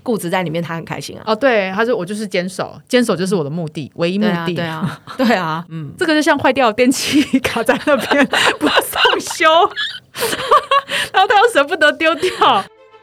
固执在里面，他很开心啊。 哦，对，他说我就是坚守就是我的目的，唯一目的。 对啊，对啊， 这个就像坏掉的电器卡在那边不送修，然后他又舍不得丢掉。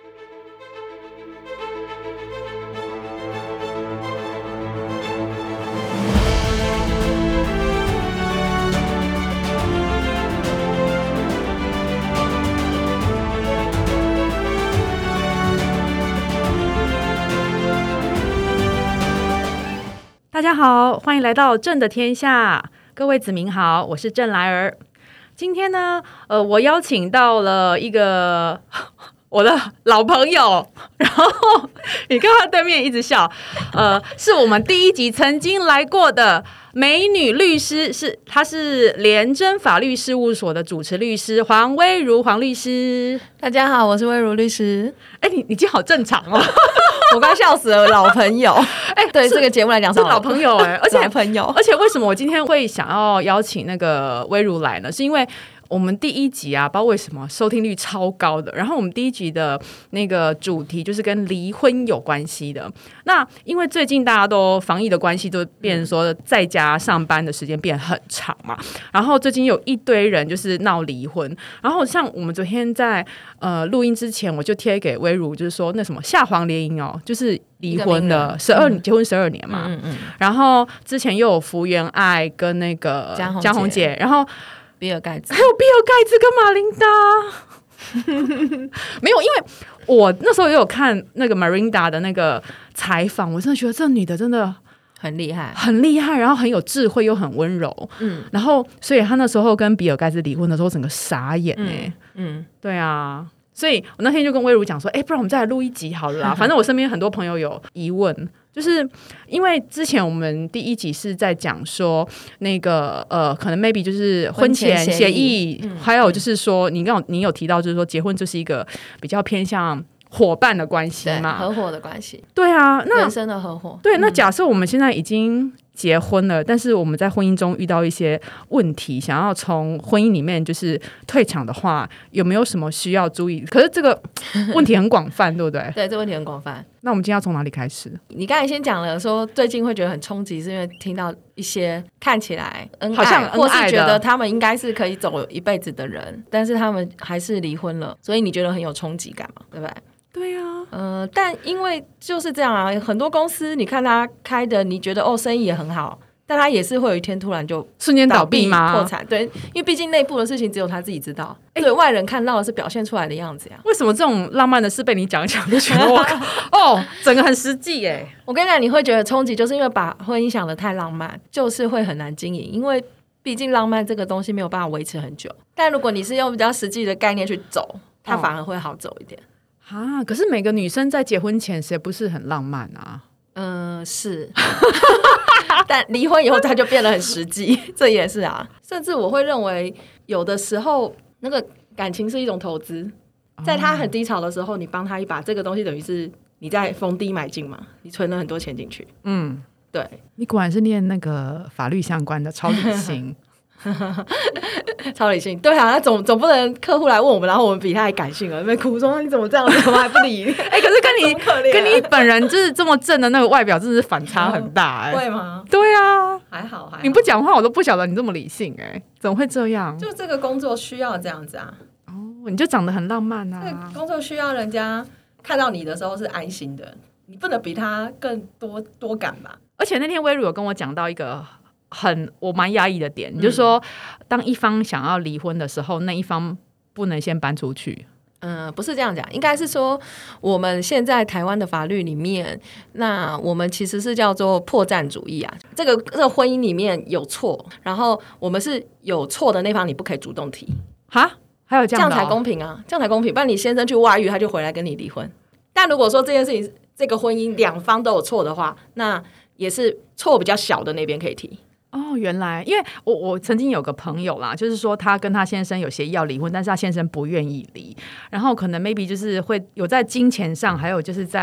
大家好，欢迎来到朕的天下，各位子民好，我是郑来儿。今天呢，我邀请到了一个我的老朋友，然后你看他对面一直笑，是我们第一集曾经来过的美女律师，她是联臻法律事务所的主持律师黄薇如黄律师。 大家好，我是薇如律师。 你今天好正常哦。 我刚笑死了，老朋友。对这个节目来讲是老朋友而且老朋友， 而且为什么我今天会想要邀请那个薇如来呢？是因为我们第一集啊，不知道为什么收听率超高的。然后我们第一集的那个主题就是跟离婚有关系的。那因为最近大家都防疫的关系，就变成说在家上班的时间变很长嘛。然后最近有一堆人就是闹离婚。然后像我们昨天在录音之前，我就贴给薇如，就是说那什么夏黄联姻哦，就是离婚了结婚12年嘛。然后之前又有福原爱跟那个江宏杰，然后比尔盖茨， 还有比尔盖茨跟马琳达。没有，因为我那时候也有看那个 Marinda 的那个采访，我真的觉得这女的真的很厉害， 很厉害，然后很有智慧又很温柔。然后所以她那时候跟比尔盖茨离婚的时候，整个傻眼对啊。所以我那天就跟薇如讲说，不然我们再来录一集好了啦。反正我身边很多朋友有疑问，就是因为之前我们第一集是在讲说那个可能 maybe 就是婚前协议，还有就是说你有提到就是说结婚就是一个比较偏向伙伴的关系嘛， 合伙的关系。 对啊，那人生的合伙。 对，那假设我们现在已经结婚了，但是我们在婚姻中遇到一些问题，想要从婚姻里面就是退场的话，有没有什么需要注意？可是这个问题很广泛对不对？ 对，这问题很广泛。 那我们今天要从哪里开始？ 你刚才先讲了说最近会觉得很冲击，是因为听到一些看起来恩爱好像恩爱的， 或是觉得他们应该是可以走一辈子的人，但是他们还是离婚了，所以你觉得很有冲击感嘛？对不对？ 对啊。 但因为就是这样啊，很多公司你看他开的，你觉得生意也很好，但他也是会有一天突然就瞬间倒闭吗？ 破产。对，因为毕竟内部的事情只有他自己知道，对外人看到的是表现出来的样子呀。 为什么这种浪漫的事被你讲一讲就觉得我整个很实际耶？ 我跟你讲，你会觉得冲击，就是因为把婚姻想得太浪漫，就是会很难经营，因为毕竟浪漫这个东西没有办法维持很久。但如果你是用比较实际的概念去走，它反而会好走一点。 可是每个女生在结婚前谁不是很浪漫啊？ 是。但离婚以后他就变得很实际，这也是啊。甚至我会认为有的时候那个感情是一种投资，在他很低潮的时候你帮他一把，这个东西等于是你在逢低买进嘛，你存了很多钱进去。对，你果然是念那个法律相关的，超理性。 超理性。对啊，那总不能客户来问我们，然后我们比他还感性了，那边哭说你怎么这样子，怎么还不理你？ 可是跟你本人就是这么正的那个外表，真的是反差很大。 会吗？ 对啊， 还好。 你不讲话我都不晓得你这么理性怎么会这样？ 就这个工作需要这样子啊。 你就长得很浪漫啊。 这个工作需要人家看到你的时候是安心的，你不能比他更多感吧。 而且那天薇如有跟我讲到一个我蛮压抑的点，就是说当一方想要离婚的时候，那一方不能先搬出去。 不是这样讲，应该是说我们现在台湾的法律里面，那我们其实是叫做破绽主义啊。这个婚姻里面有错，然后我们是有错的那方，你不可以主动提。 还有这样的这样才公平啊，这样才公平。不然你先生去外遇，他就回来跟你离婚。但如果说这件事情，这个婚姻两方都有错的话，那也是错比较小的那边可以提。 原来因为我曾经有个朋友啦，就是说他跟他先生有协议要离婚，但是他先生不愿意离，然后可能 maybe 就是会有在金钱上，还有就是在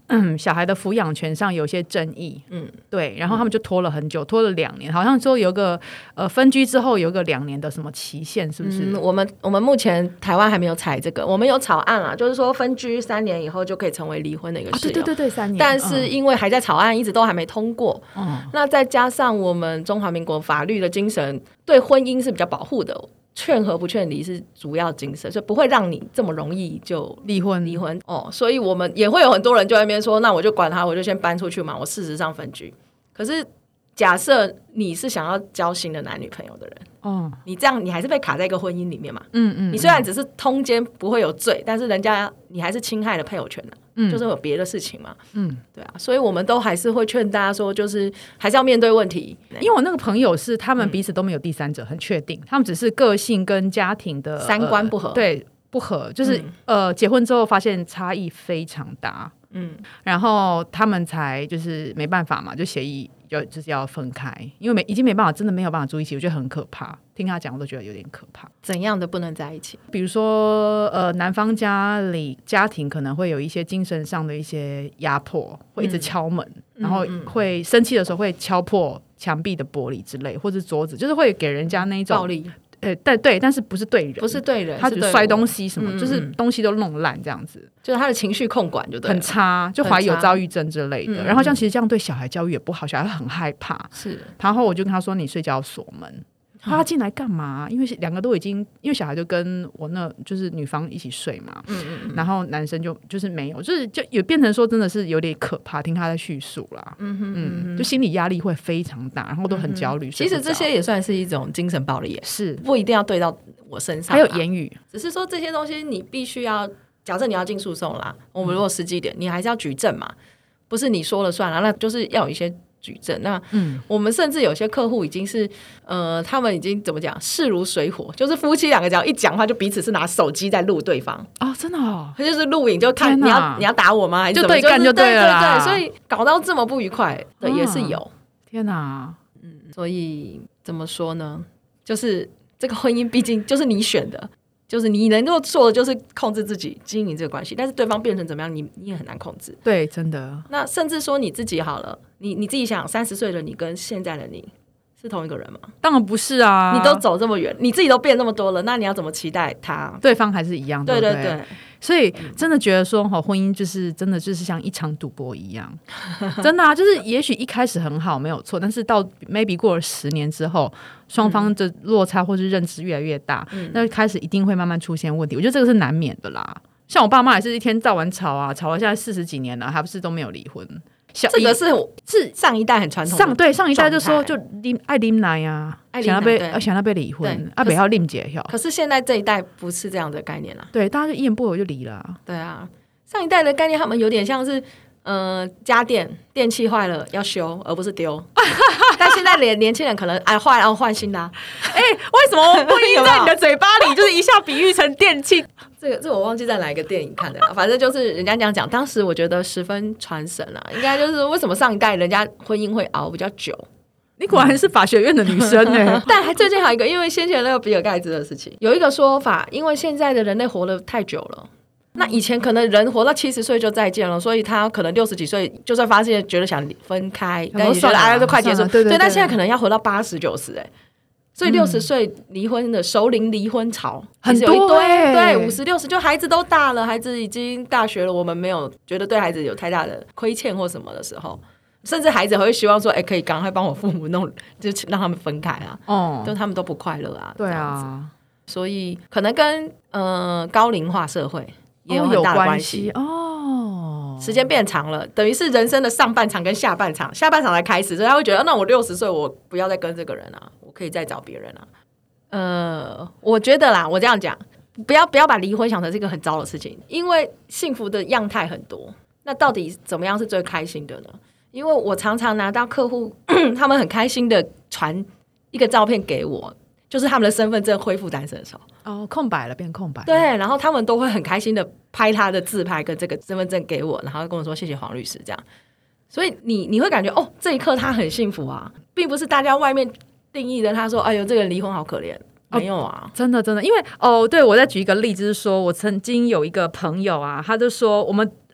小孩的抚养权上有些争议，对，然后他们就拖了很久，拖了2年，好像说有个分居之后有个2年的什么期限，是不是？ 我们目前台湾还没有采这个，我们有草案啦，就是说分居3年以后就可以成为离婚的一个事由， 对，3年， 但是因为还在草案，一直都还没通过，那再加上我们中华民国法律的精神对婚姻是比较保护的。劝和不劝离是主要精神，所以不会让你这么容易就离婚哦。所以我们也会有很多人就在那边说，那我就管他，我就先搬出去嘛。我事实上分居，可是假设你是想要交新的男女朋友的人，你这样你还是被卡在一个婚姻里面嘛。你虽然只是通奸不会有罪，但是人家你还是侵害了配偶权的。就是有别的事情嘛，对啊，所以我们都还是会劝大家说，就是还是要面对问题。 因为我那个朋友是他们彼此都没有第三者，很确定，他们只是个性跟家庭的三观不合， 对，不合，就是结婚之后发现差异非常大，然后他们才就是没办法嘛，就协议就是要分开，因为已经没办法，真的没有办法住一起，我觉得很可怕。听他讲我都觉得有点可怕。 怎样的不能在一起？ 比如说男方家庭可能会有一些精神上的一些压迫，会一直敲门，然后会生气的时候会敲破墙壁的玻璃之类，或者桌子，就是会给人家那种暴力。 对，但是不是对人， 不是对人， 他只摔东西什么，就是东西都弄烂这样子， 就是他的情绪控管就对了， 很差，就怀疑有躁郁症之类的。然后其实这样对小孩教育也不好，小孩很害怕。是，然后我就跟他说：“你睡觉锁门。”他进来干嘛？因为2个都已经，因为小孩就跟我那就是女方一起睡嘛，然后男生就是没有，就也变成说真的是有点可怕。听他在叙述啦，就心理压力会非常大，然后都很焦虑。 其实这些也算是一种精神暴力， 是不一定要对到我身上， 还有言语， 只是说这些东西你必须要，假设你要进诉讼啦，我们如果实际一点，你还是要举证嘛，不是你说了算了，那就是要有一些举证。那我们甚至有些客户已经是他们已经怎么讲，势如水火，就是夫妻2个只要一讲话就彼此是拿手机在录对方真的他就是录影就看你要打我吗还是就对干就对了啦， 对，所以搞到这么不愉快的也是有。 天哪， 所以怎么说呢，就是这个婚姻毕竟就是你选的，就是你能够做的就是控制自己经营这个关系，但是对方变成怎么样你也很难控制。 对，真的。那甚至说你自己好了，你自己想30岁的你跟现在的你是同一个人吗？ 当然不是啊， 你都走这么远，你自己都变那么多了，那你要怎么期待他对方还是一样的？ 对对对。 所以真的觉得说婚姻就是真的就是像一场赌博一样真的啊，就是也许一开始很好没有错，但是到 maybe 过了10年之后，双方的落差或是认知越来越大，那开始一定会慢慢出现问题。我觉得这个是难免的啦。像我爸妈也是一天到晚吵啊，吵了现在40几年了，还不是都没有离婚。 这个是上一代很传统的， 对，上一代就说就爱啉奶啊，想要被离婚啊，不要啉解药。 可是现在这一代不是这样的概念啦， 对，大家就一言不合就离了。 对啊，上一代的概念他们有点像是家电器坏了要修而不是丢但现在年轻人可能坏了换新的为什么不应在你的嘴巴里就是一下比喻成电器这我忘记在哪一个电影看的了，反正就是人家这样讲，当时我觉得十分传神啦。应该就是为什么上一代人家婚姻会熬比较久。 你果然是法学院的女生但还最近还有一个，因为先前那个比尔盖茨的事情，有一个说法，因为现在的人类活得太久了，那以前可能人活到70岁就再见了，所以他可能60几岁就算发现觉得想分开，但也觉得都快结束，对，但现在可能要活到80、90所以60岁离婚的熟龄离婚潮很多对，50、60就孩子都大了，孩子已经大学了，我们没有觉得对孩子有太大的亏欠或什么的时候，甚至孩子还会希望说可以赶快帮我父母弄，就让他们分开啊，就他们都不快乐啊， 对啊， 所以可能跟高龄化社会也有很大的关系时间变长了，等于是人生的上半场跟下半场才开始，所以他会觉得那我60岁我不要再跟这个人啊，我可以再找别人啊。我觉得啦，我这样讲，不要把离婚想成是一个很糟的事情，因为幸福的样态很多，那到底怎么样是最开心的呢？因为我常常拿到客户他们很开心的传一个照片给我，就是他们的身份证恢复单身的时候空白了变空白了， 对，然后他们都会很开心的拍他的自拍跟这个身份证给我，然后跟我说谢谢黄律师这样。所以你会感觉这一刻他很幸福啊，并不是大家外面定义的他说哎呦这个人离婚好可怜，没有啊， 真的因为对，我再举一个例子，是说我曾经有一个朋友啊，他就说我们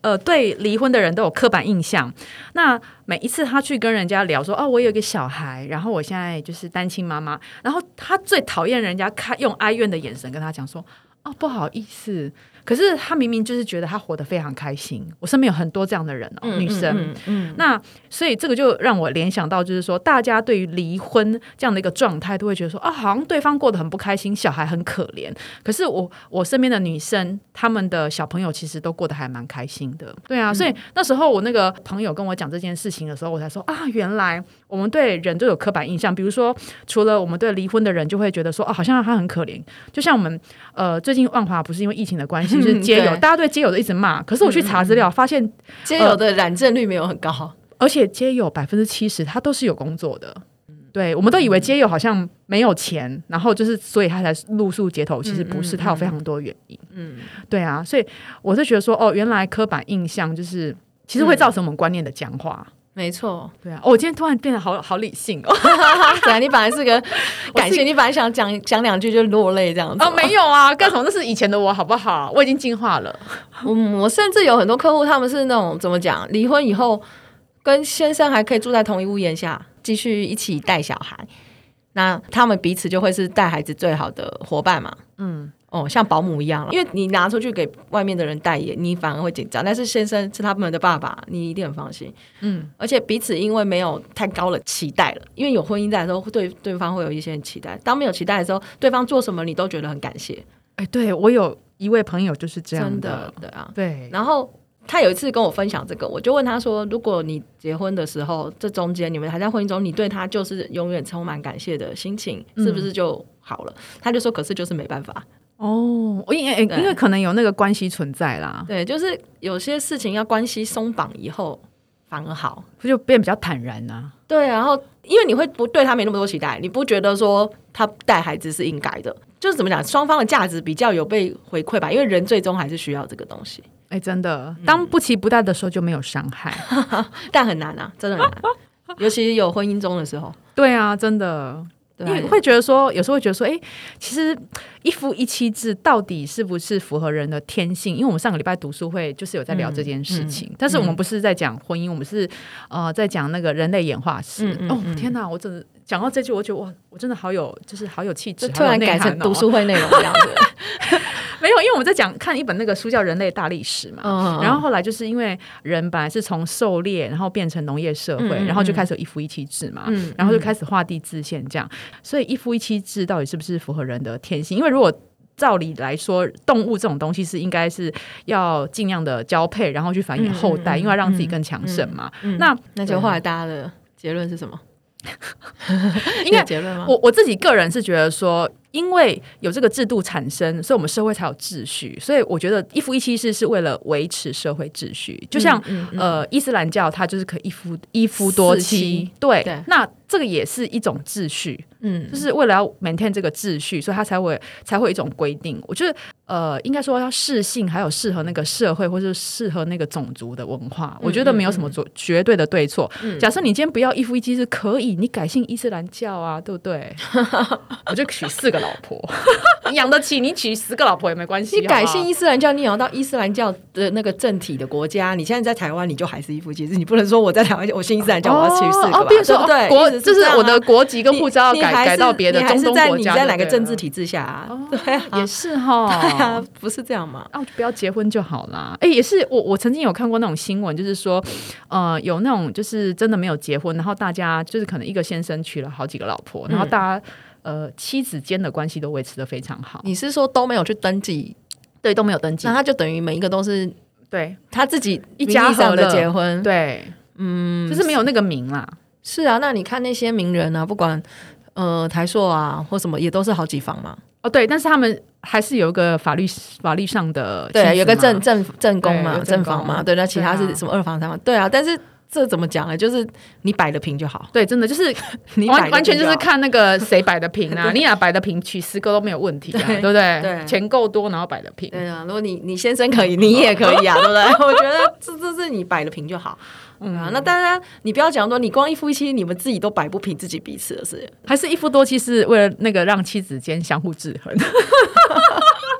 对离婚的人都有刻板印象。那每一次他去跟人家聊说，哦，我有一个小孩，然后我现在就是单亲妈妈，然后他最讨厌人家用哀怨的眼神跟他讲说，哦，不好意思。可是他明明就是觉得他活得非常开心，我身边有很多这样的人女生。那所以这个就让我联想到，就是说大家对于离婚这样的一个状态都会觉得说，啊，好像对方过得很不开心，小孩很可怜。可是我身边的女生，她们的小朋友其实都过得还蛮开心的。对啊，所以那时候我那个朋友跟我讲这件事情的时候，我才说啊，原来我们对人都有刻板印象。比如说，除了我们对离婚的人就会觉得说，好像他很可怜。就像我们最近万华不是因为疫情的关系。就是街友，大家对街友都一直骂，可是我去查资料发现， 街友的染症率没有很高， 而且街友70%他都是有工作的。对，我们都以为街友好像没有钱，然后就是所以他才露宿街头，其实不是，他有非常多原因。对啊，所以我是觉得说，原来刻板印象就是其实会造成我们观念的僵化。 没错， 对啊，我今天突然变得好理性哦。 对啊，你本来是个感性，你本来想讲两句就落泪这样子。 没有啊，干什么？那是以前的我，好不好？我已经进化了。 我甚至有很多客户，他们是那种怎么讲，离婚以后跟先生还可以住在同一屋檐下，继续一起带小孩。那他们彼此就会是带孩子最好的伙伴嘛。像保姆一样，因为你拿出去给外面的人代言，你反而会紧张，但是先生是他们的爸爸，你一定很放心。而且彼此因为没有太高的期待了，因为有婚姻在的时候，对方会有一些期待，当没有期待的时候，对方做什么你都觉得很感谢。 对，我有一位朋友就是这样的。 真的，对啊， 对。 然后他有一次跟我分享这个，我就问他说，如果你结婚的时候，这中间你们还在婚姻中，你对他就是永远充满感谢的心情，是不是就好了？他就说，可是就是没办法。 因为可能有那个关系存在啦。 对，就是有些事情要关系松绑以后反而好， 就变比较坦然啊。 对，然后因为你会不对他没那么多期待，你不觉得说他带孩子是应该的，就是怎么讲，双方的价值比较有被回馈吧，因为人最终还是需要这个东西。 真的，当不期不待的时候就没有伤害。 但很难啊，真的很难。尤其有婚姻中的时候。 对啊，真的。因为会觉得说，有时候会觉得说，其实一夫一妻制到底是不是符合人的天性？因为我们上个礼拜读书会就是有在聊这件事情，但是我们不是在讲婚姻，我们是在讲那个人类演化史。天哪，我真的讲到这句，我觉得哇，我真的好有气质， 突然改成读书会内容这样子。 没有，因为我们在看一本那个书叫《人类大历史》嘛，然后后来就是因为人本来是从狩猎，然后变成农业社会，然后就开始有一夫一妻制嘛，然后就开始画地自限这样。所以一夫一妻制到底是不是符合人的天性？因为如果照理来说，动物这种东西是应该是要尽量的交配，然后去繁衍后代，因为要让自己更强盛嘛。 那就后来大家的结论是什么？ 应该结论吗？ 我自己个人是觉得说，因为有这个制度产生，所以我们社会才有秩序。所以我觉得一夫一妻制是为了维持社会秩序。就像伊斯兰教，它就是可以一夫多妻。对，那这个也是一种秩序。就是为了要 maintain 这个秩序，所以它才会有一种规定。我觉得应该说要适性，还有适合那个社会，或是适合那个种族的文化。我觉得没有什么绝对的对错。假设你今天不要一夫一妻制，可以，你改信伊斯兰教啊，对不对？我就娶4个老婆，你养得起，你娶10个老婆也没关系。 你改信伊斯兰教，你养到伊斯兰教的那个正体的国家，你现在在台湾，你就还是一夫一妻制，你不能说我在台湾我信伊斯兰教，我要娶4个吧，对不对？ 就是我的国籍跟护照要改到别的中东国家， 你在哪个政治体制下啊？对啊， 也是哈， 对啊，不是这样嘛？ 就不要结婚就好啦。也是我曾经有看过那种新闻，就是说有那种就是真的没有结婚，然后大家就是可能一个先生娶了好几个老婆，然后大家妻子间的关系都维持得非常好。 你是说都没有去登记？ 对，都没有登记， 那他就等于每一个都是对他自己一家上的结婚。 对，就是没有那个名啦。 是啊，那你看那些名人啊，不管台塑啊或什么，也都是好几房嘛。 对，但是他们还是有一个法律上的， 对，有个正宫嘛，正房嘛，对，那其他是什么2房3房，对啊，但是这怎么讲呢？就是你摆得平就好。 对，真的就是你完全就是看那个谁摆得平啊。你俩摆得平，娶10个都没有问题啊，对不对？对，钱够多，然后摆得平。 对啊，如果你先生可以，你也可以啊，对不对？我觉得这是你摆得平就好。那当然，你不要讲说你光一夫一妻，你们自己都摆不平自己彼此的事， 还是一夫多妻是为了那个让妻子间相互制衡。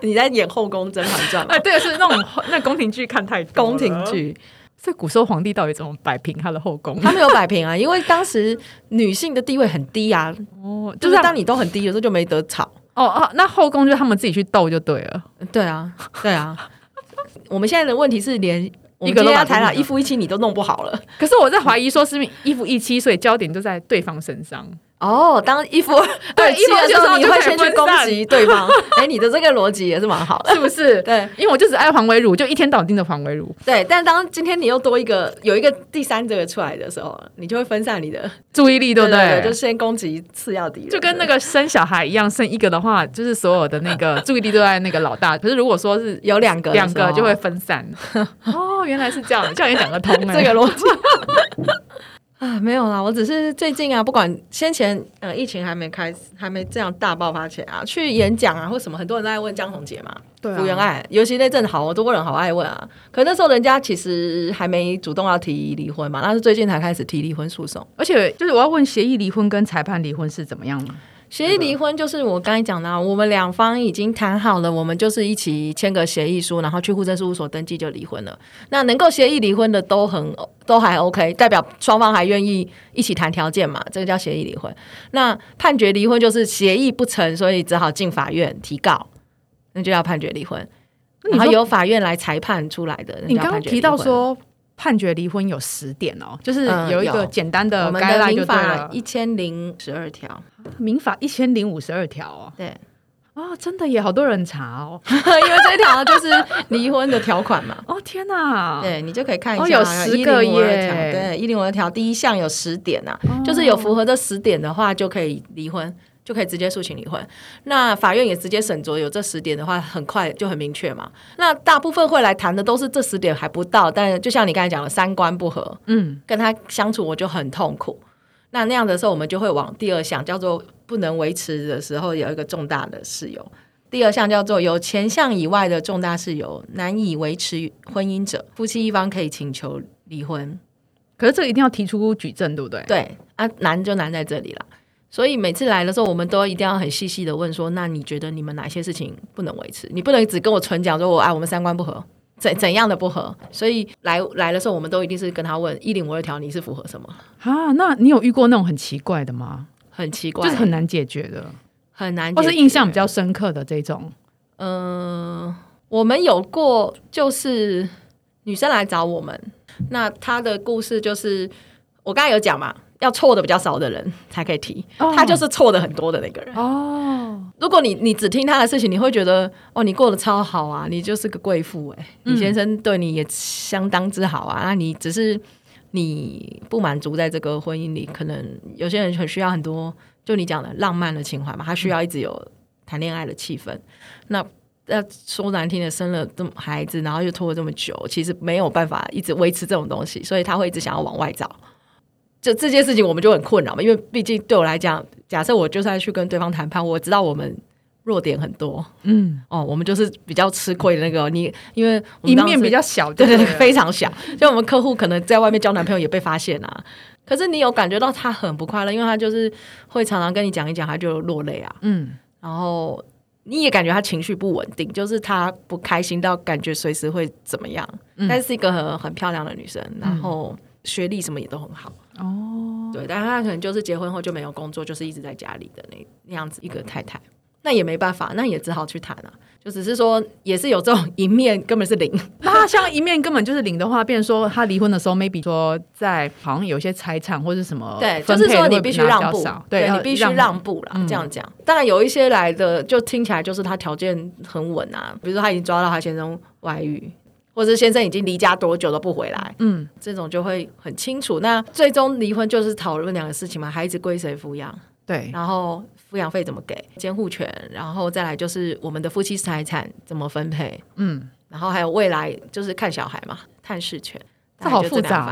你在演《后宫甄嬛传》吗？ 对，是那种那宫廷剧看太多了。 宫廷剧。 所以古时候皇帝到底怎么摆平他的后宫？ 他没有摆平啊，因为当时女性的地位很低啊。就是当你都很低的时候就没得吵。 那后宫就他们自己去斗就对了。 对啊，对啊。我们现在的问题是连我们今天要谈了一夫一妻你都弄不好了。 可是我在怀疑说是一夫一妻，所以焦点就在对方身上。 当一夫二妻的时候，你会先去攻击对方。你的这个逻辑也是蛮好的， 是不是？ 对， 因为我就只爱黄维儒，就一天到晚盯着黄维儒。 对，但当今天你又多有一个第三者出来的时候，你就会分散你的注意力，对不对？ 就先攻击次要敌人， 就跟那个生小孩一样，生一个的话，就是所有的那个注意力都在那个老大。可是如果说是有两个就会分散。原来是这样，这样也讲得通这个逻辑。没有啦，我只是最近不管先前疫情还没这样大爆发前去演讲或什么，很多人都在问江宏杰嘛，对福原爱，尤其那阵好多人好爱问可那时候人家其实还没主动要提离婚嘛，那是最近才开始提离婚诉讼。 而且就是我要问，协议离婚跟裁判离婚是怎么样吗？ 协议离婚就是我刚才讲的我们两方已经谈好了，我们就是一起签个协议书，然后去户政事务所登记就离婚了。那能够协议离婚的都还 OK， 代表双方还愿意一起谈条件嘛，这个叫协议离婚。那判决离婚就是协议不成，所以只好进法院提告，那就叫判决离婚。然后由法院来裁判出来的， 你刚刚提到说判决离婚有10点就是有一个简单的概览就对了。 我们的民法1012条， 民法1052条对真的也好多人查因为这条就是离婚的条款嘛。 天哪， 对，你就可以看一下有10个耶。 对，102条第一项有10点就是有符合这10点的话就可以离婚，就可以直接诉请离婚。那法院也直接审酌有这10点的话，很快就很明确嘛。那大部分会来谈的都是这10点还不到，但就像你刚才讲的三观不合，跟他相处我就很痛苦。那样的时候我们就会往第2项叫做不能维持的时候有一个重大的事由。第2项叫做有前项以外的重大事由难以维持婚姻者，夫妻一方可以请求离婚。 可是这个一定要提出举证，对不对？ 对难就难在这里了。所以每次来的时候我们都一定要很细细的问说，那你觉得你们哪些事情不能维持？你不能只跟我纯讲说我们三观不合，怎样的不合。所以来的时候我们都一定是跟他问102条你是符合什么那你有遇过那种很奇怪的吗？ 很奇怪， 就是很难解决的， 很难解决， 或是印象比较深刻的这种。 我们有过就是女生来找我们，那她的故事就是我刚才有讲嘛，要错的比较少的人才可以提，他就是错的很多的那个人。如果你只听他的事情，你会觉得你过得超好啊，你就是个贵妇你先生对你也相当之好啊，那你只是你不满足在这个婚姻里，可能有些人很需要很多就你讲的浪漫的情怀嘛，他需要一直有谈恋爱的气氛。那说难听的，生了这么孩子然后又拖了这么久，其实没有办法一直维持这种东西，所以他会一直想要往外找。就这件事情我们就很困扰嘛，因为毕竟对我来讲，假设我就算去跟对方谈判，我知道我们弱点很多，我们就是比较吃亏的那个，因为我们一面比较小， 对，非常小，就我们客户可能在外面交男朋友也被发现啊，可是你有感觉到他很不快乐，因为他就是会常常跟你讲一讲他就落泪啊，然后你也感觉他情绪不稳定，就是他不开心到感觉随时会怎么样，但是一个很漂亮的女生，然后学历什么也都很好对，但是他可能就是结婚后就没有工作，就是一直在家里的那样子一个太太，那也没办法，那也只好去谈啊，就只是说也是有这种一面根本是零。 那像一面根本就是零的话，变成说他离婚的时候 maybe 说在好像有些财产或是什么， 对，就是说你必须让步， 对， 你必须让步啦，这样讲。当然有一些来的就听起来就是他条件很稳啊，比如说他已经抓到他先生外遇，或者先生已经离家多久都不回来，这种就会很清楚。那最终离婚就是讨论2个事情嘛，孩子归谁抚养， 对， 然后抚养费怎么给，监护权，然后再来就是我们的夫妻财产怎么分配，然后还有未来就是看小孩嘛，探视权， 这好复杂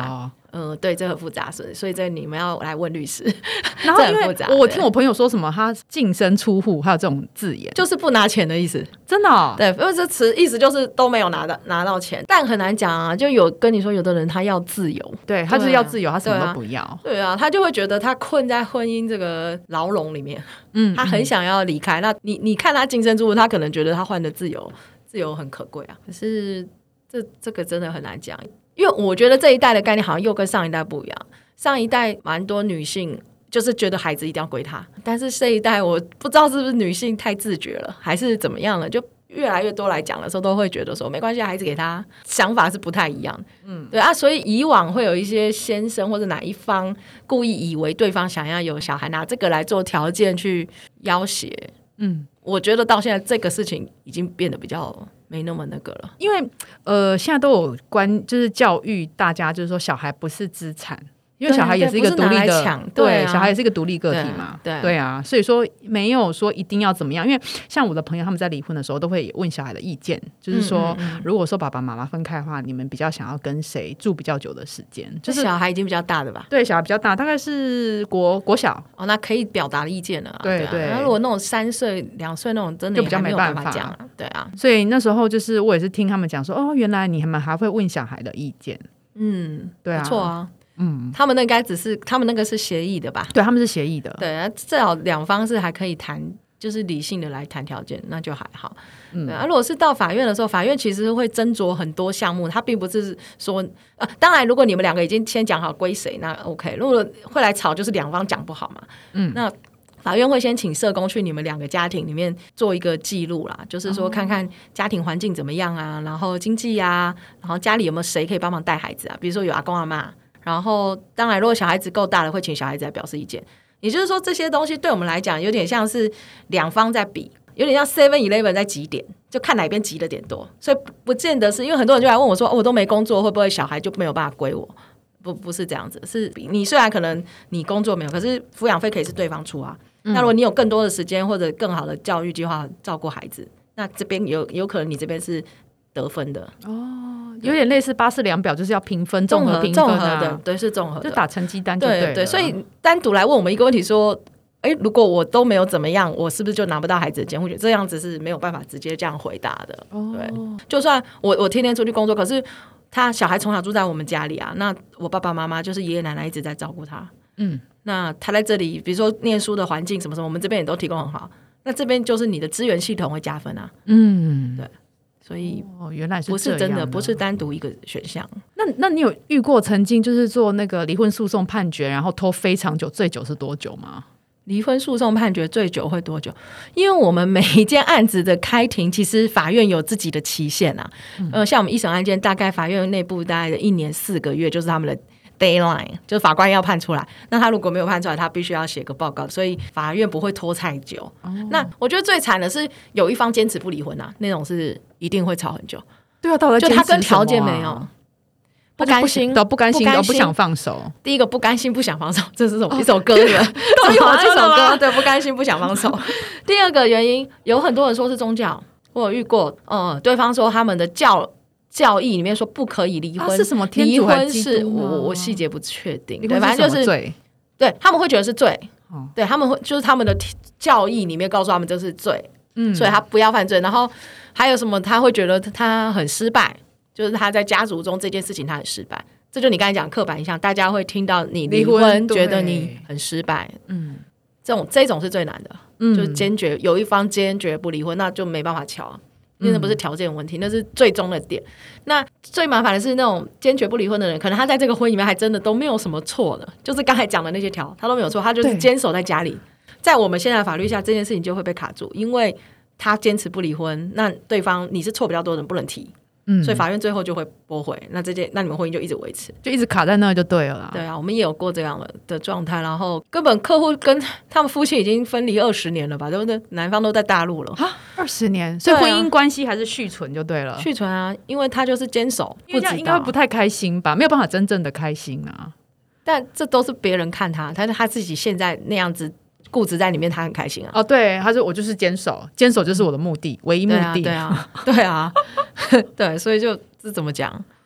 对，这很复杂，所以这你们要来问律师。 然后因为这很复杂， 我听我朋友说什么他净身出户还有这种字眼， 就是不拿钱的意思。 真的哦？ 对，因为这词意思就是都没有拿到钱，但很难讲啊。就有跟你说，有的人他要自由， 对，他是要自由，他什么都不要。 对啊，他就会觉得他困在婚姻这个牢笼里面，他很想要离开。那你看他净身出户，他可能觉得他换的自由很可贵啊。可是这个真的很难讲。因为我觉得这一代的概念好像又跟上一代不一样，上一代蛮多女性就是觉得孩子一定要归她，但是这一代我不知道是不是女性太自觉了还是怎么样了，就越来越多来讲的时候都会觉得说没关系，孩子给他想法是不太一样的。对啊，所以以往会有一些先生或者哪一方故意以为对方想要有小孩，拿这个来做条件去要挟。我觉得到现在这个事情已经变得比较没那么那个了， 因为现在都有就是教育大家，就是说小孩不是资产，因为小孩也是一个独立的，对，小孩也是一个独立个体嘛，对啊，所以说没有说一定要怎么样。因为像我的朋友他们在离婚的时候都会问小孩的意见，就是说如果说爸爸妈妈分开的话，你们比较想要跟谁住比较久的时间， 就是小孩已经比较大的吧， 对，小孩比较大，大概是国小那可以表达的意见了啊。 对对， 那如果那种3岁2岁那种真的就比较没办法讲啊。对啊， 所以那时候就是我也是听他们讲说，原来你们还会问小孩的意见。对啊， 不错啊。他们那应该他们那个是协议的吧？ 对，他们是协议的。 对啊，至少两方是还可以谈，就是理性的来谈条件，那就还好。对啊，如果是到法院的时候，法院其实会斟酌很多项目，他并不是说当然如果你们两个已经先讲好归谁，那 OK。如果会来吵，就是两方讲不好嘛。那法院会先请社工去你们两个家庭里面做一个记录啦，就是说看看家庭环境怎么样啊，然后经济啊，然后家里有没有谁可以帮忙带孩子啊，比如说有阿公阿嬷。然后当然如果小孩子够大了，会请小孩子来表示意见。也就是说这些东西对我们来讲有点像是两方在比，有点像 7-11 在挤点，就看哪边挤的点多。所以不见得是因为很多人就来问我说我都没工作，会不会小孩就没有办法归我？不是这样子，是你虽然可能你工作没有，可是抚养费可以是对方出啊。那如果你有更多的时间或者更好的教育计划照顾孩子，那这边有可能你这边是得分的。 有点类似巴氏量表，就是要评分，综合评分的，对，是综合的， 就打成绩单就对了。 对，所以单独来问我们一个问题说，如果我都没有怎么样，我是不是就拿不到孩子的监护权？这样子是没有办法直接这样回答的。对，就算我天天出去工作，可是他小孩从小住在我们家里啊，那我爸爸妈妈就是爷爷奶奶一直在照顾他。那他在这里，比如说念书的环境什么什么，我们这边也都提供很好。那这边就是你的资源系统会加分啊。对。所以原来是不是真的，不是单独一个选项。 那你有遇过曾经就是做那个离婚诉讼判决，然后拖非常久，最久是多久吗？ 离婚诉讼判决最久会多久？因为我们每一件案子的开庭，其实法院有自己的期限啊。像我们一审案件，大概法院内部大概1年4个月，就是他们的deadline， 就是法官要判出来。那他如果没有判出来，他必须要写个报告，所以法院不会拖太久。那我觉得最惨的是有一方坚持不离婚啊，那种是一定会吵很久。 对啊，到底就他跟条件没有。不甘心， 不甘心，不想放手。 第一个不甘心，不想放手，这是一首歌的，一首歌，对，不甘心，不想放手。第二个原因，有很多人说是宗教，我有遇过，对方说他们的教义里面说不可以离婚， 是什么天主还是基督？ 离婚是我细节不确定，对，反正就是罪， 对他们会觉得是罪，对他们会就是他们的教义里面告诉他们这是罪，所以他不要犯罪。然后还有什么，他会觉得他很失败。就是他在家族中这件事情他很失败，这就你刚才讲刻板印象，大家会听到你离婚觉得你很失败，这种是最难的，就是坚决有一方坚决不离婚，那就没办法瞧，因为那不是条件问题，那是最终的点。那最麻烦的是那种坚决不离婚的人，可能他在这个婚里面还真的都没有什么错的，就是刚才讲的那些条他都没有错，他就是坚守在家里。在我们现在的法律下，这件事情就会被卡住，因为他坚持不离婚，那对方你是错比较多的人不能提，所以法院最后就会驳回，那你们婚姻就一直维持， 就一直卡在那就对了啦。 对啊，我们也有过这样的状态，然后根本客户跟他们夫妻已经分离20年了吧，对不对？男方都在大陆了 20年，所以婚姻关系还是续存就对了。 续存啊，因为他就是坚守， 因为这样应该不太开心吧，没有办法真正的开心啊。 但这都是别人看他，但是他自己现在那样子固执在里面，他很开心啊。 对，他说我就是坚守就是我的目的，唯一目的。 对啊对，所以就是怎么讲，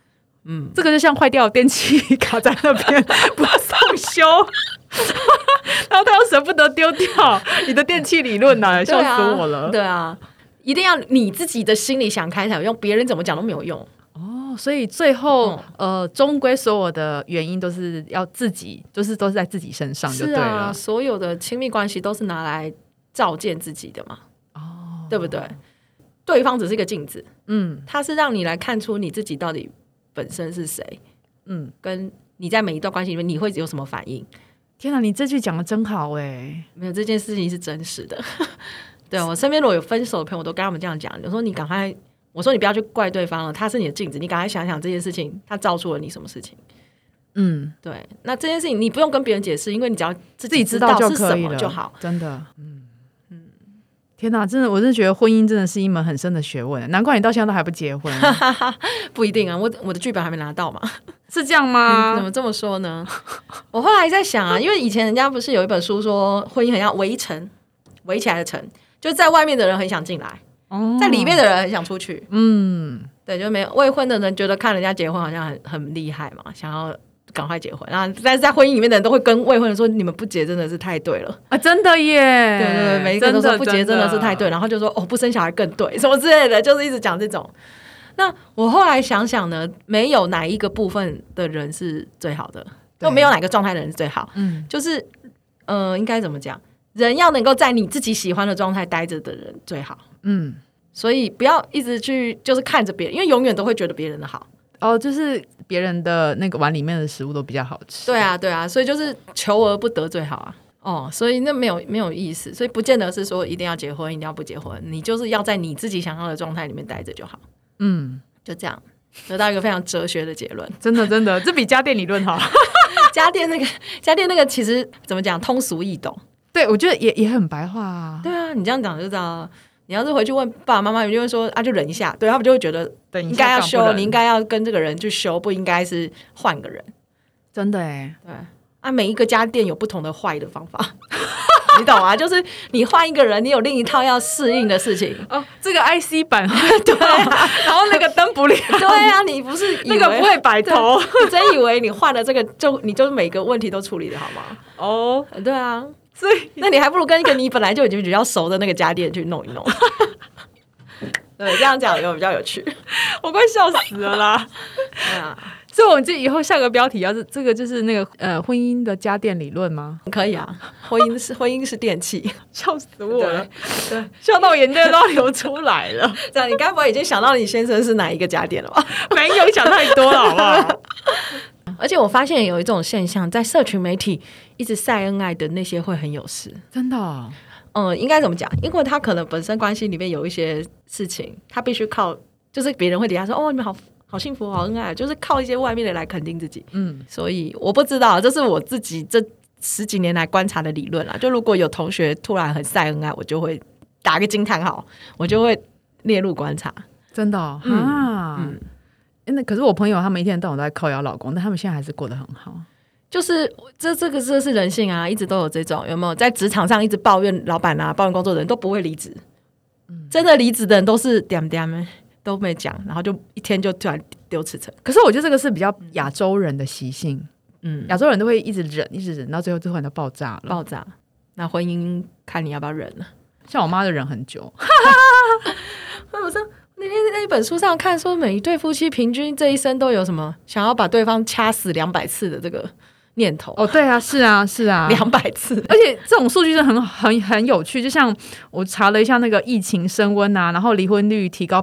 这个就像坏掉的电器卡在那边不送修然后他又舍不得丢掉，你的电器理论啊，笑死我了。 对啊，一定要你自己的心里想开才有用，别人怎么讲都没有用。 所以最后终归所有的原因都是要自己，就是都是在自己身上就对了。是啊， 所有的亲密关系都是拿来照见自己的嘛，对不对？对方只是一个镜子，它是让你来看出你自己到底本身是谁，跟你在每一段关系里面你会有什么反应。 天哪，你这句讲的真好哎！ 没有，这件事情是真实的。对，我身边如果有分手的朋友，我都跟他们这样讲，我说你赶快，我说你不要去怪对方了，他是你的镜子，你赶快想想这件事情他照出了你什么事情。对，那这件事情你不用跟别人解释，因为你只要自己知道是什么就好， 真的。天哪，真的，我真的觉得婚姻真的是一门很深的学问，难怪你到现在都还不结婚。 不一定啊，我的剧本还没拿到嘛。 是这样吗？ 怎么这么说呢？我后来在想啊，因为以前人家不是有一本书说婚姻很像围城，围起来的城，就是在外面的人很想进来，在里面的人很想出去。对，就没有未婚的人觉得看人家结婚好像很厉害嘛，想要赶快结婚，然后但是在婚姻里面的人都会跟未婚人说，你们不结真的是太对了啊！真的耶， 对，每一个人都说不结真的是太对，然后就说不生小孩更对，什么之类的，就是一直讲这种。那我后来想想呢，没有哪一个部分的人是最好的，就没有哪个状态的人是最好。就是应该怎么讲？人要能够在你自己喜欢的状态待着的人最好。所以不要一直去就是看着别人，因为永远都会觉得别人的好。 就是别人的那个碗里面的食物都比较好吃。对啊，所以就是求而不得最好啊。所以那没有意思，所以不见得是说一定要结婚，一定要不结婚，你就是要在你自己想要的状态里面待着就好。就这样得到一个非常哲学的结论。 真的，这比家电理论好。 家电那个其实怎么讲，通俗易懂。 对，我觉得也很白话啊。 对啊，你这样讲就知道。你要是回去问爸爸妈妈，你就会说就忍一下，对，他们就会觉得应该要修，你应该要跟这个人去修，不应该是换个人。真的耶。对每一个家电有不同的坏的方法。你懂啊？就是你换一个人，你有另一套要适应的事情。 这个 IC 版对然后那个灯不亮。 对啊，你不是以为那个不会摆头， 你真以为你换了这个你就每个问题都处理的好吗？对啊。所以那你还不如跟一个你本来就已经比较熟的那个家电去弄一弄。对，这样讲比较有趣。 我快笑死了啦。所以我们这以后下个标题这个就是那个婚姻的家电理论吗？ 可以啊，婚姻是电器。 笑死我了。对，笑到我眼泪都要流出来了。 这样你该不会已经想到你先生是哪一个家电了吧？ 没有，想太多了好不好？ 而且我发现有一种现象，在社群媒体一直晒恩爱的那些会很有事。 真的应该怎么讲？因为他可能本身关系里面有一些事情，他必须靠，就是别人会底下说你们好幸福好恩爱，就是靠一些外面的来肯定自己。所以我不知道，这是我自己这10几年来观察的理论啦。就如果有同学突然很晒恩爱，我就会打个惊叹号，我就会列入观察。 真的那可是我朋友他们一天到晚都在靠腰老公，但他们现在还是过得很好。 就是这是人性啊，一直都有这种，有没有在职场上一直抱怨老板抱怨工作的人都不会离职。真的离职的人都是点点都没讲，然后就一天就突然丢辞呈。 可是我觉得这个是比较亚洲人的习性。亚洲人都会一直忍到最后突然就爆炸。 那婚姻看你要不要忍了。 像我妈就忍很久。 我说那天在一本书上看说，每一对夫妻平均这一生都有什么想要把对方掐死200次的这个念头。 对啊，是啊 200次。 而且这种数据真的很有趣，就像我查了一下那个疫情升温然后离婚率提高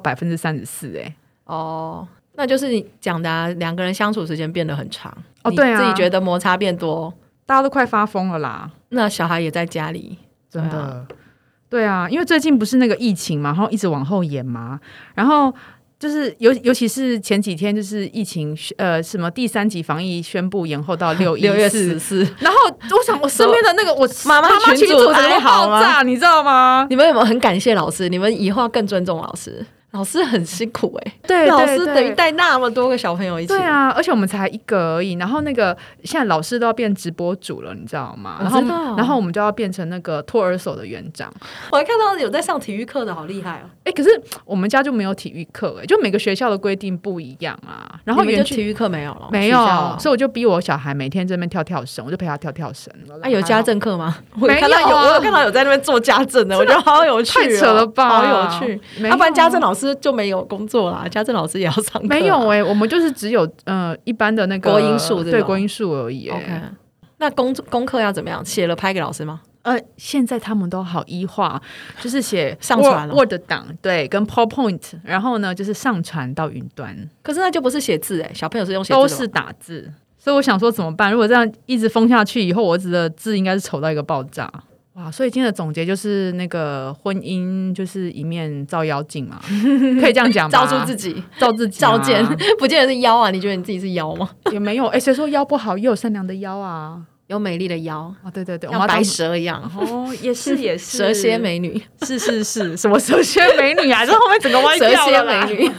34%。 那就是你讲的两个人相处时间变得很长。 对啊， 你自己觉得摩擦变多， 大家都快发疯了啦。 那小孩也在家里， 真的。对啊，因为最近不是那个疫情嘛，然后一直往后延嘛，然后就是尤其是前几天就是疫情什么第3级防疫宣布延后到6月14，然后我想我身边的那个我妈妈群组整个爆炸，你知道吗？ 你们有没有很感谢老师？你们以后要更尊重老师。 老师很辛苦对， 老师等于带那么多个小朋友一起。 对啊，而且我们才一个而已。然后那个现在老师都要变直播主了，你知道吗？然后我们就要变成那个托儿所的园长。 我还看到有在上体育课的，好厉害哦！ 可是我们家就没有体育课，就每个学校的规定不一样啊。然后你们就体育课没有了？ 没有，所以我就逼我小孩每天在那边跳跳绳，我就陪他跳跳绳。 有家政课吗？ 没有我有看到有在那边做家政的，我觉得好有趣， 太扯了吧， 好有趣。要不然家政老师就没有工作啦，家政老师也要上课。 没有我们就是只有一般的那个国英数， 对国英数而已。 OK， 那功课要怎么样？写了拍给老师吗？ 现在他们都好医化，就是写上传 Word 档，对，跟 PowerPoint， 然后呢就是上传到云端。 可是那就不是写字小朋友是用写字， 都是打字。所以我想说怎么办？如果这样一直封下去，以后我儿子的字应该是丑到一个爆炸。哇！所以今天的总结就是那个婚姻就是一面照妖镜嘛，可以这样讲吧？ 照住自己， 照自己， 照见，不见得是妖啊？你觉得你自己是妖吗？ 也没有，谁说妖不好？也有善良的妖啊， 有美丽的妖啊！对对对， 像白蛇一样也是也是蛇蝎美女， 是什么蛇蝎美女啊？这后面整个歪掉了。 蛇蝎美女。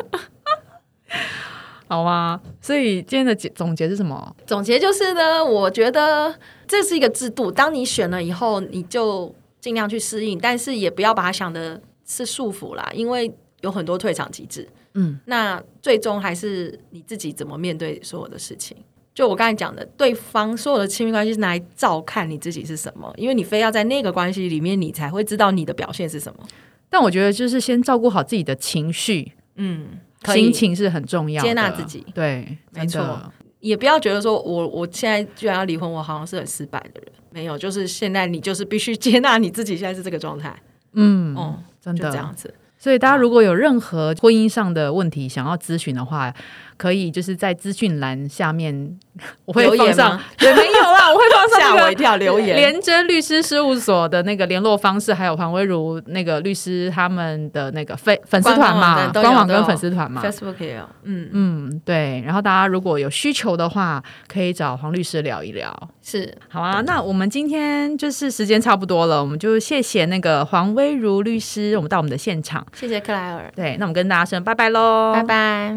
好吗？所以今天的总结是什么？ 总结就是呢，我觉得这是一个制度，当你选了以后，你就尽量去适应，但是也不要把它想的是束缚啦，因为有很多退场机制。那最终还是你自己怎么面对所有的事情。就我刚才讲的，对方所有的亲密关系是拿来照看你自己是什么，因为你非要在那个关系里面，你才会知道你的表现是什么。 但我觉得就是先照顾好自己的情绪，心情是很重要的， 接纳自己， 对， 没错。也不要觉得说我现在居然要离婚，我好像是很失败的人。没有，就是现在你就是必须接纳你自己现在是这个状态。真的就这样子。所以大家如果有任何婚姻上的问题想要咨询的话，可以就是在资讯栏下面我会放上，对，没有啦，我会放上那个吓我一跳留言连真律师事务所的那个联络方式，还有黄威如那个律师他们的那个粉丝团嘛，官网跟粉丝团嘛 ，Facebook 也有， 对。然后大家如果有需求的话，可以找黄律师聊一聊。 是， 好啊。那我们今天就是时间差不多了，我们就谢谢那个黄威如律师，我们到我们的现场， 谢谢克莱尔。 对，那我们跟大家说拜拜咯， 拜拜。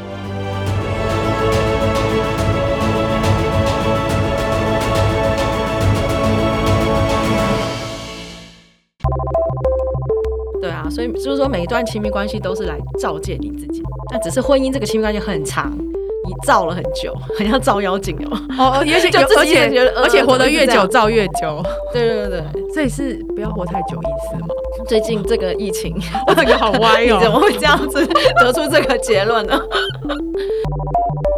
对啊，所以就是说每一段亲密关系都是来照见你自己，那只是婚姻这个亲密关系很长，你照了很久，很像照妖镜而且活得越久照越久。 对对对， 所以是不要活太久意思吗？ 最近这个疫情， 这个好歪哦， 你怎么会这样子得出这个结论呢？